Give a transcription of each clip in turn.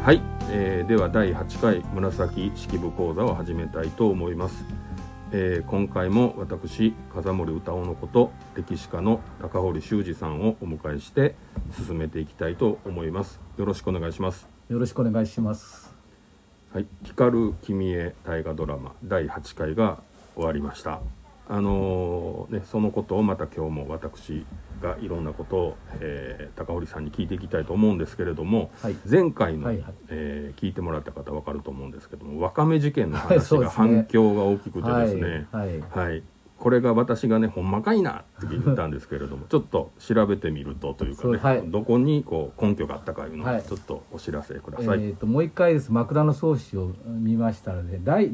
はい、では第8回紫式部講座を始めたいと思います。今回も私風森歌男のこと歴史家の高堀修二さんをお迎えして進めていきたいと思います。よろしくお願いします。 よろしくお願いします。 はい、光る君へ大河ドラマ第8回が終わりました。そのことをまた今日も私がいろんなことを、高堀さんに聞いていきたいと思うんですけれども、はい、前回の、聞いてもらった方分かると思うんですけども、わかめ事件の話が反響が大きくてですね、これが私がねほんまかいなって言ったんですけれどもちょっと調べてみるとというかね、どこにこう根拠があったかいうのをちょっとお知らせください。 もう一回です。枕草子を見ましたので第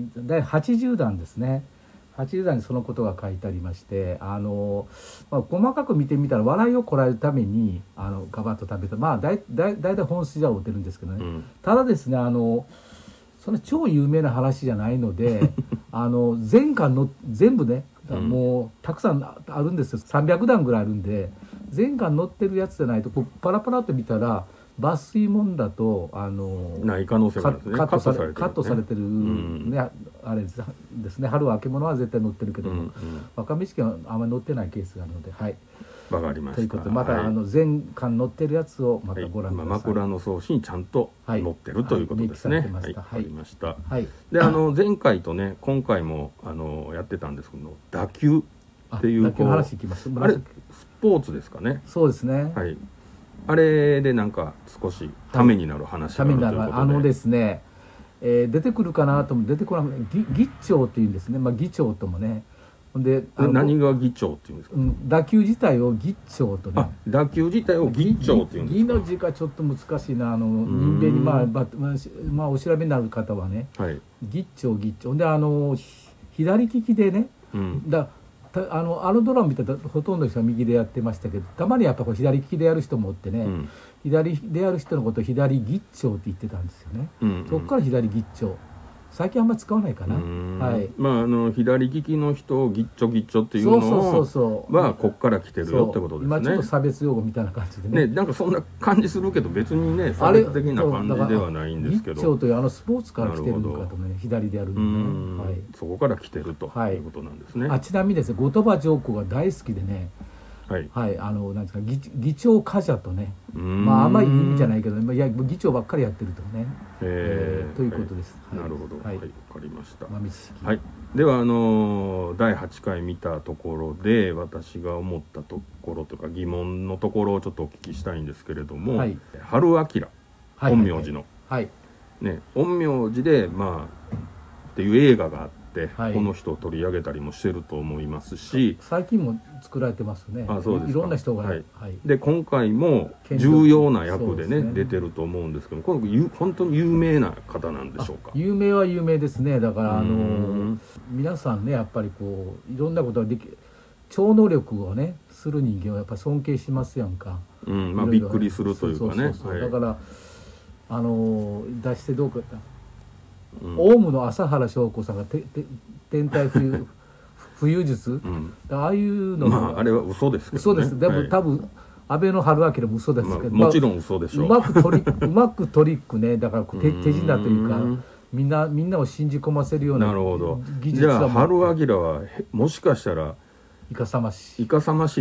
80弾ですね。80段にそのことが書いてありまして、細かく見てみたら笑いをこらえるためにガバッと食べた、だいたい本筋は追ってるんですけどね、ただですねその超有名な話じゃないので全巻の全部ねもうたくさんあるんですよ。300段ぐらいあるんで全巻載ってるやつじゃないとこうパラパラっと見たら抜粋もんだとない可能性があるんですね。カットされてる、あれですね。春は明け物は絶対載ってるけども、わかめ事件はあんまり載ってないケースがあるので、 わかりました。 ということでまた、全巻載ってるやつをまたご覧ください。 枕草子にちゃんと載ってる、ということですね。わかりました。で前回とね今回もやってたんですけど、打球っていう打球の話いきます。 あれスポーツですかね。 そうですね。 あれでなんか少しためになる話があるということで、 ですね、出てくるかなとも出てこない議長っていうんですね。議長ともね。 で何が議長っていうんですか。 打球自体を議長とね。 打球自体を議長っていうんですか。 議の字がちょっと難しいな。人名にお調べになる方はね、議長で左利きでね、あのドラマ見たらほとんどの人は右でやってましたけど、たまにやっぱ左利きでやる人もおってね、左でやる人のことを左ぎっちょうって言ってたんですよね。そこから左ぎっちょう、最近あんまり使わないかな。 左利きの人をぎっちょぎっちょっていうのはこっから来てるよってことですね。 今ちょっと差別用語みたいな感じでね。 なんかそんな感じするけど別にね差別的な感じではないんですけど、 ぎっちょうというスポーツから来てるのかとね、左でやるのね。 そこから来てるということなんですね。 ちなみにですね、後鳥羽上皇が大好きでね、なんですか、議長冠者とね、あんまりいい意味じゃないけど、議長ばっかりやってるとね、ということです。 なるほど、わかりました。 はい、 では第8回見たところで私が思ったところとか疑問のところをちょっとお聞きしたいんですけれども、春明陰陽師の陰陽師でっていう映画があって、この人を取り上げたりもしてると思いますし、 最近も作られてますね。いろんな人が、 で今回も重要な役でね出てると思うんですけど、この本当に有名な方なんでしょうか。 有名は有名ですね。だから皆さんねやっぱりこういろんなことができ超能力をねする人間はやっぱ尊敬しますやんか。 びっくりするというかね。 だから出してどうかオウムの朝原将子さんが天体浮遊術、ああいうのあれは嘘ですけどね。 嘘です。でも多分安倍の春明も嘘ですけど、 もちろん嘘でしょう。 うまくトリックね、だから手品というかみんなを信じ込ませるような技術は。 じゃあ春明はもしかしたらいかさましい、 いかさまし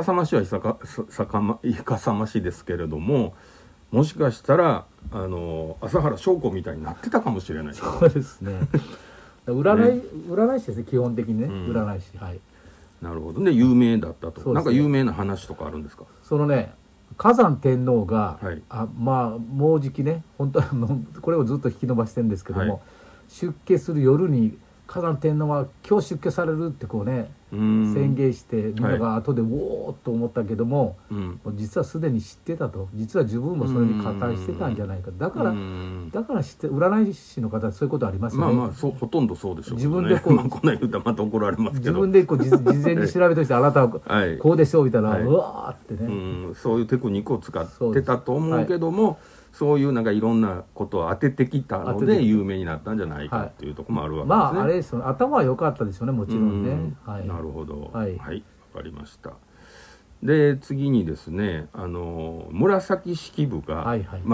はいかさましいですけれども、もしかしたら朝原将子みたいになってたかもしれない。 そうですね。占い師ですね、基本的にね、占い師。 なるほど。で有名だったと。なんか有名な話とかあるんですか。 そのね、崋山天皇が、もうじきね、本当はこれをずっと引き伸ばしてるんですけども、出家する夜に崋山天皇は今日出家されるってこうね宣言して、みんなが後でおおっと思ったけども、実はすでに知ってたと。実は自分もそれに加担してたんじゃないか。だから知って、占い師の方そういうことありますよね。 ほとんどそうでしょう。 自分でこんな言うたらまた怒られますけど、 自分で事前に調べとしてあなたはこうでしょうみたいな、うわーってね、 そういうテクニックを使ってたと思うけども、そういうなんかいろんなことを当ててきたので有名になったんじゃないかっていうところもあるわけですね。 あれですよね、頭は良かったでしょうね、もちろんね。 なるほど。わかりました。で次にですね、紫式部が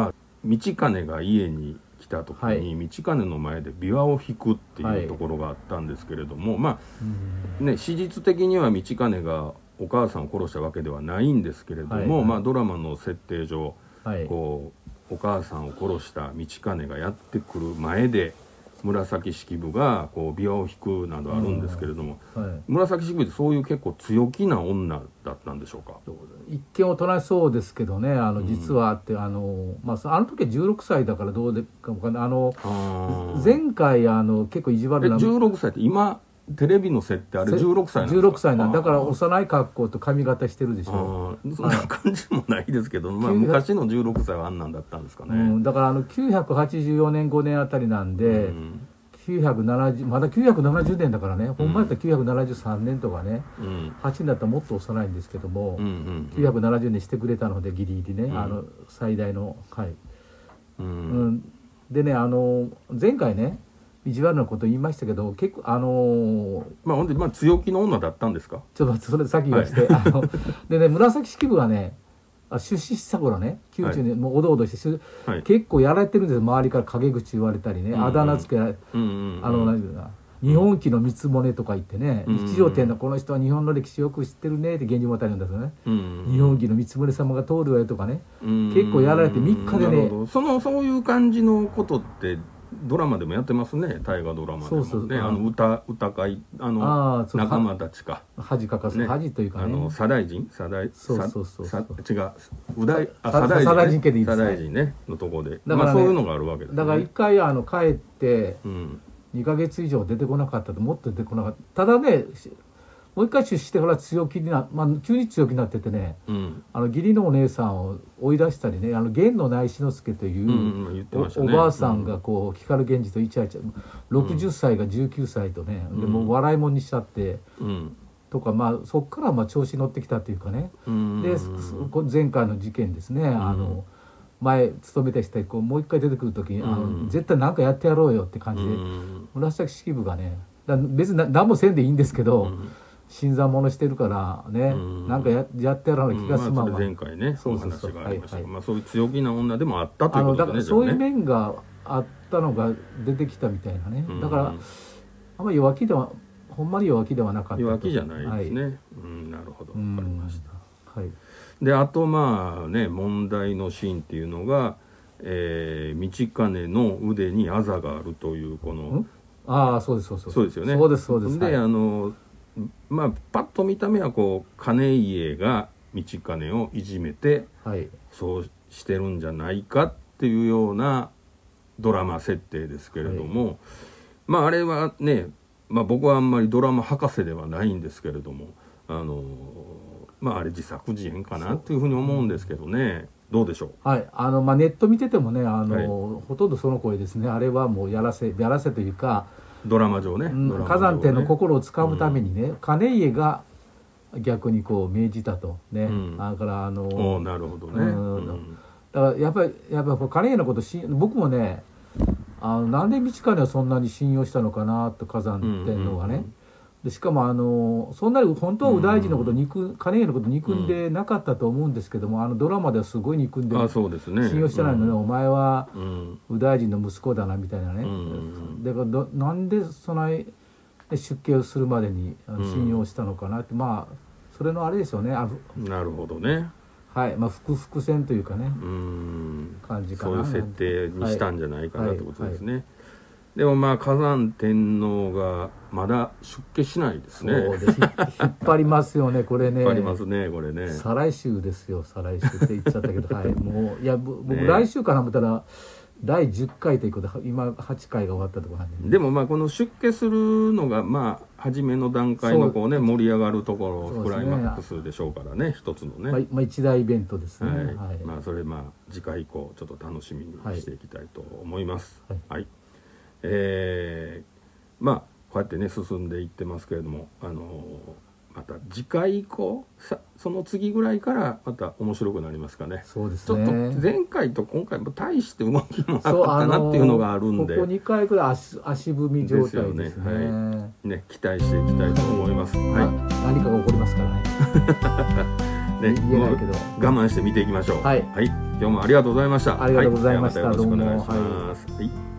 道兼が家に来た時に、道兼の前で琵琶を弾くっていうところがあったんですけれども、まあね、史実的には道兼がお母さんを殺したわけではないんですけれども、まあ、ドラマの設定上、こうお母さんを殺した道兼がやってくる前で紫式部がこう琵琶を弾くなどあるんですけれども、紫式部ってそういう結構強気な女だったんでしょうか。 一見おとなしそうですけどね、実はあってまあ、あの時は16歳だからどうでかもかな、前回結構意地悪な 16歳って今テレビの設定あれ16歳なんですか。 16歳なんだから幼い格好と髪型してるでしょ。 そんな感じもないですけど、まあ、昔の16歳はあんなんだったんですかね。 だから984年5年あたりなんで、970まだ970年だからね、ほんまやったら973年とかね、8年だったらもっと幼いんですけども、970年してくれたのでギリギリね、最大のでね、前回ね意地悪なこと言いましたけど、結構まあほんで強気の女だったんですか。 ちょっと待って、それ先言わして、でね、紫式部がね出資した頃ね、90年、もうおどおどして、結構やられてるんですよ。周りから陰口言われたりね、あだ名つけられ、何ていうか日本記の三つ骨とか言ってね、一条天のこの人は日本の歴史よく知ってるねって源氏物語なんですよね。日本記の三つ骨様が通るわよとかね、結構やられて3日でね、 そういう感じのことってドラマでもやってますね。大河ドラマでもね、歌会仲間たちか恥かかす、恥というかね、 左大臣違う左大臣家でいいですね。 左大臣ねのとこで、まあそういうのがあるわけですね。 だから一回帰って2ヶ月以上出てこなかったと、もっと出てこなかった。ただね、もう一回出資してから強気に急に強気になっててね、義理のお姉さんを追い出したりね、源の内志之助というおばあさんがこう光源氏とイチャイチャ、60歳が19歳とね、でもう笑いもんにしちゃって、とか、まあそっから調子に乗ってきたというかね、で前回の事件ですね、前勤めた人がもう一回出てくる時に、絶対何かやってやろうよって感じで、紫式部がね、別に何もせんでいいんですけど、新参者してるからね、なんかやってやらな気がするまま、 前回ねお話がありましたが、そういう強気な女でもあったということですね。 だからそういう面があったのが出てきたみたいなね。だからあんまり弱気では、ほんまに弱気ではなかったと。 弱気じゃないですね。なるほど、分かりました。であとまあね、問題のシーンっていうのが、道兼の腕にあざがあるというこの、 そうですよね。そうです。 でまあパッと見た目はこう兼家が道兼をいじめて、そうしてるんじゃないかっていうようなドラマ設定ですけれども、まああれはね、まあ僕はあんまりドラマ博士ではないんですけれども、まああれ自作自演かなっていうふうに思うんですけどね。どうでしょう。 ネット見ててもね、ほとんどその声ですね。あれはもうやらせというか、 ドラマ上ね、 火山天の心をつかむためにね、兼家が逆にこう命じたとね。だからなるほどね。 だからやっぱり兼家のこと僕もね、なんで道兼はそんなに信用したのかなと、火山天皇がね。でしかもそんなに本当は右大臣のこと兼家のこと憎んでなかったと思うんですけども、ドラマではすごい憎んで信用してないのね、お前は右大臣の息子だなみたいなね。だからなんでそない出家をするまでに信用したのかなって、まあそれのあれですよね。 なるほどね。 伏線というかね、感じかな。 そういう設定にしたんじゃないかなってことですね。でもまあ火山天皇がまだ出家しないですね。 そうです。引っ張りますよね、これね。 引っ張りますね、これね。 再来週ですよ、再来週って言っちゃったけど、もう僕来週から見たら第10回ということで、今8回が終わったところなんで。 でもまあこの出家するのがまあ初めの段階のこうね、盛り上がるところ、クライマックスでしょうからね、一つのね。 一大イベントですね。 まあそれ次回以降ちょっと楽しみにしていきたいと思います。まあこうやってね進んでいってますけれども、また次回以降その次ぐらいからまた面白くなりますかね。 そうですね。 ちょっと前回と今回も大して動きもなかったなっていうのがあるんで、 ここ2回くらい足踏み状態ですね。 期待していきたいと思います。 何かが起こりますからね。 ね、言えないけど我慢して見ていきましょう。 今日もありがとうございました。 ありがとうございました。 はい、ではまたよろしくお願いしどうもます。はい